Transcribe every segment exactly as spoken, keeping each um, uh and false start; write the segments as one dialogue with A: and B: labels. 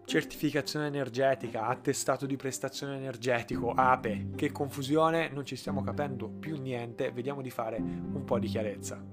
A: Certificazione energetica, attestato di prestazione energetico, A P E, che confusione, non ci stiamo capendo più niente, vediamo di fare un po' di chiarezza.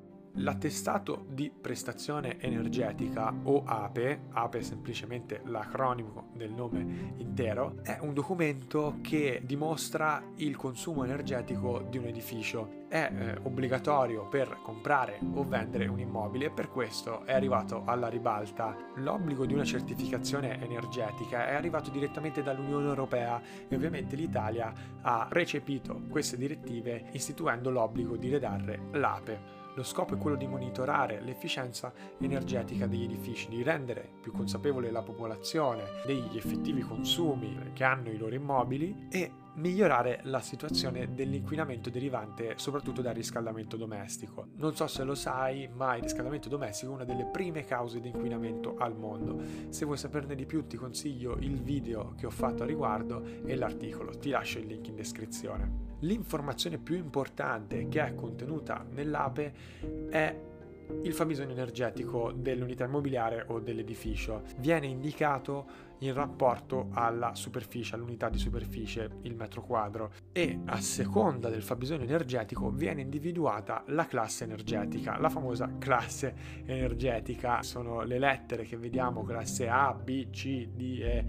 A: L'attestato di prestazione energetica o A P E, A P E è semplicemente l'acronimo del nome intero, è un documento che dimostra il consumo energetico di un edificio. È eh, obbligatorio per comprare o vendere un immobile e per questo è arrivato alla ribalta. L'obbligo di una certificazione energetica è arrivato direttamente dall'Unione Europea e ovviamente l'Italia ha recepito queste direttive istituendo l'obbligo di redarre l'A P E. Lo scopo è quello di monitorare l'efficienza energetica degli edifici, di rendere più consapevole la popolazione degli effettivi consumi che hanno i loro immobili e migliorare la situazione dell'inquinamento derivante soprattutto dal riscaldamento domestico. Non so se lo sai, ma il riscaldamento domestico è una delle prime cause di inquinamento al mondo. Se vuoi saperne di più ti consiglio il video che ho fatto a riguardo e l'articolo, ti lascio il link in descrizione. L'informazione più importante che è contenuta nell'A P E è il fabbisogno energetico dell'unità immobiliare o dell'edificio. Viene indicato in rapporto alla superficie, all'unità di superficie, il metro quadro, e a seconda del fabbisogno energetico viene individuata la classe energetica, la famosa classe energetica. Sono le lettere che vediamo, classe A, B, C, D, E,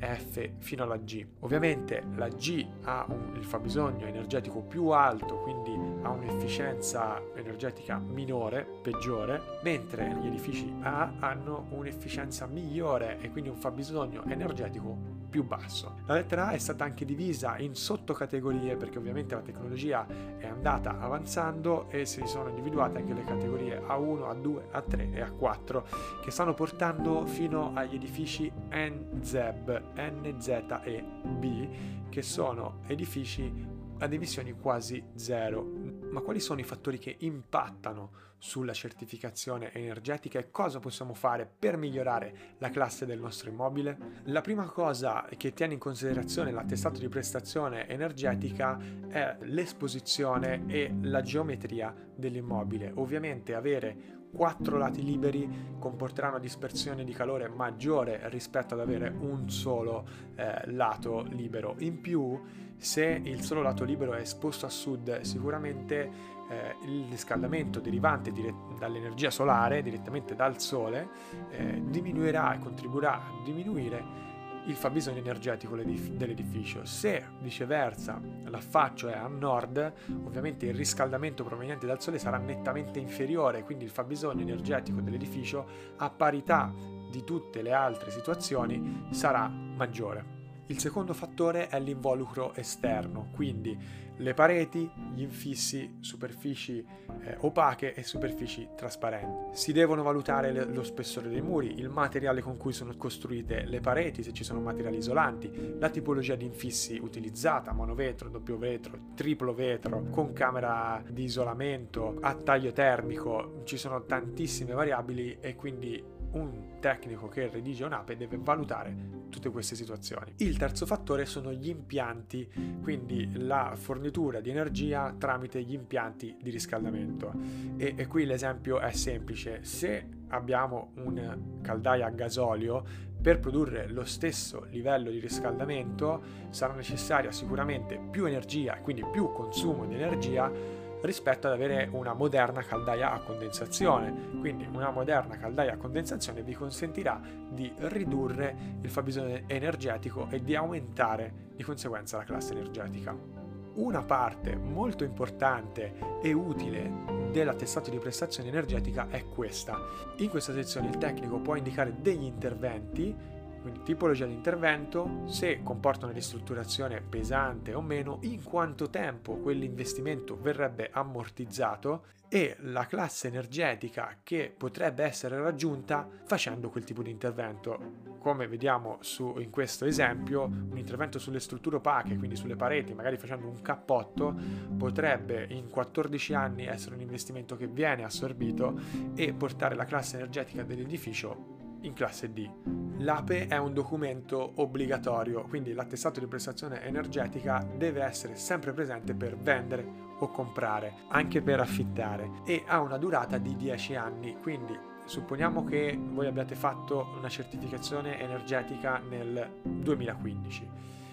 A: F fino alla G. Ovviamente la G ha un, il fabbisogno energetico più alto, quindi ha un'efficienza energetica minore, peggiore, mentre gli edifici A hanno un'efficienza migliore e quindi un fabbisogno energetico più basso. La lettera A è stata anche divisa in sottocategorie perché ovviamente la tecnologia è andata avanzando e si sono individuate anche le categorie A uno, A due, A tre e A quattro che stanno portando fino agli edifici N Z E B, N Z E B, che sono edifici ad emissioni quasi zero. Ma quali sono i fattori che impattano sulla certificazione energetica e cosa possiamo fare per migliorare la classe del nostro immobile? La prima cosa che tiene in considerazione l'attestato di prestazione energetica è l'esposizione e la geometria dell'immobile. Ovviamente avere quattro lati liberi comporterà una dispersione di calore maggiore rispetto ad avere un solo eh, lato libero. In più, se il solo lato libero è esposto a sud, sicuramente eh, il riscaldamento derivante dire- dall'energia solare, direttamente dal sole, eh, diminuirà e contribuirà a diminuire il fabbisogno energetico dell'edificio. Se viceversa l'affaccio è a nord, ovviamente il riscaldamento proveniente dal sole sarà nettamente inferiore, quindi il fabbisogno energetico dell'edificio a parità di tutte le altre situazioni sarà maggiore. Il secondo fattore è l'involucro esterno, quindi le pareti, gli infissi, superfici eh, opache e superfici trasparenti. Si devono valutare le, lo spessore dei muri, il materiale con cui sono costruite le pareti, se ci sono materiali isolanti, la tipologia di infissi utilizzata, monovetro, doppio vetro, triplo vetro, con camera di isolamento, a taglio termico. Ci sono tantissime variabili e quindi un tecnico che redige un A P E deve valutare tutte queste situazioni. Il terzo fattore sono gli impianti, quindi la fornitura di energia tramite gli impianti di riscaldamento. E, e qui l'esempio è semplice: se abbiamo una caldaia a gasolio, per produrre lo stesso livello di riscaldamento sarà necessaria sicuramente più energia, quindi più consumo di energia rispetto ad avere una moderna caldaia a condensazione. Quindi una moderna caldaia a condensazione vi consentirà di ridurre il fabbisogno energetico e di aumentare di conseguenza la classe energetica. Una parte molto importante e utile dell'attestato di prestazione energetica è questa. In questa sezione il tecnico può indicare degli interventi, quindi tipologia di intervento, se comporta una ristrutturazione pesante o meno, in quanto tempo quell'investimento verrebbe ammortizzato e la classe energetica che potrebbe essere raggiunta facendo quel tipo di intervento. Come vediamo su, in questo esempio, un intervento sulle strutture opache, quindi sulle pareti, magari facendo un cappotto, potrebbe in quattordici anni essere un investimento che viene assorbito e portare la classe energetica dell'edificio in classe D. L'A P E è un documento obbligatorio, quindi l'attestato di prestazione energetica deve essere sempre presente per vendere o comprare, anche per affittare, e ha una durata di dieci anni, quindi supponiamo che voi abbiate fatto una certificazione energetica nel duemilaquindici.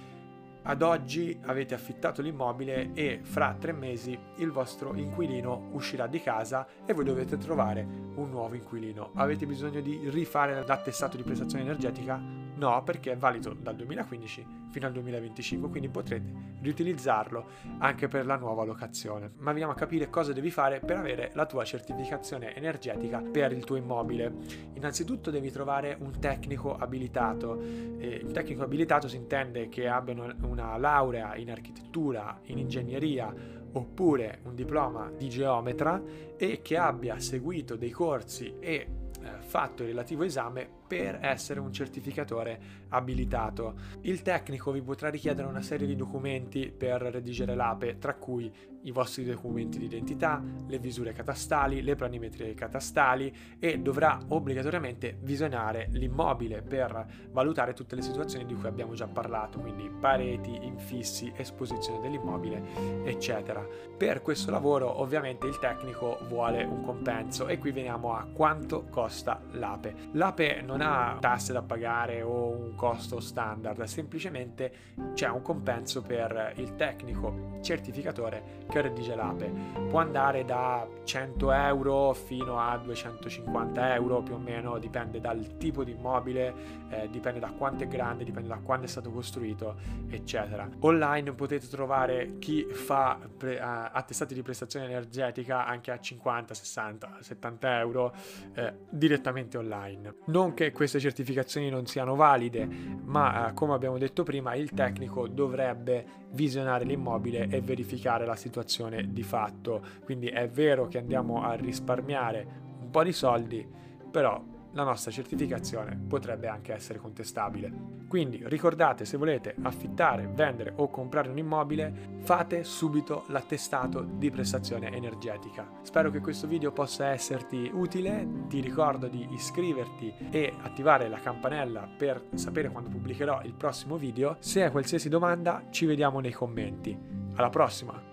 A: Ad oggi avete affittato l'immobile e fra tre mesi il vostro inquilino uscirà di casa e voi dovete trovare un nuovo inquilino. Avete bisogno di rifare l'attestato di prestazione energetica? No, perché è valido dal duemilaquindici fino al duemilaventicinque, quindi potrete riutilizzarlo anche per la nuova locazione. Ma veniamo a capire cosa devi fare per avere la tua certificazione energetica per il tuo immobile. Innanzitutto devi trovare un tecnico abilitato. Eh, il tecnico abilitato si intende che abbiano una laurea in architettura, in ingegneria oppure un diploma di geometra e che abbia seguito dei corsi e fatto il relativo esame per essere un certificatore abilitato. Il tecnico vi potrà richiedere una serie di documenti per redigere l'A P E, tra cui i vostri documenti di identità, le visure catastali, le planimetrie catastali, e dovrà obbligatoriamente visionare l'immobile per valutare tutte le situazioni di cui abbiamo già parlato, quindi pareti, infissi, esposizione dell'immobile, eccetera. Per questo lavoro ovviamente il tecnico vuole un compenso e qui veniamo a quanto costa l'A P E. L'A P E non ha tasse da pagare o un costo standard, semplicemente c'è un compenso per il tecnico certificatore che redige l'A P E. Può andare da cento euro fino a duecentocinquanta euro più o meno, dipende dal tipo di immobile, eh, dipende da quanto è grande, dipende da quando è stato costruito, eccetera. Online potete trovare chi fa pre- uh, attestati di prestazione energetica anche a cinquanta, sessanta, settanta euro eh, direttamente online. Non che queste certificazioni non siano valide, ma eh, come abbiamo detto prima, il tecnico dovrebbe visionare l'immobile e verificare la situazione di fatto. Quindi è vero che andiamo a risparmiare un po' di soldi, però la nostra certificazione potrebbe anche essere contestabile. Quindi ricordate, se volete affittare, vendere o comprare un immobile, fate subito l'attestato di prestazione energetica. Spero che questo video possa esserti utile. Ti ricordo di iscriverti e attivare la campanella per sapere quando pubblicherò il prossimo video. Se hai qualsiasi domanda, ci vediamo nei commenti. Alla prossima!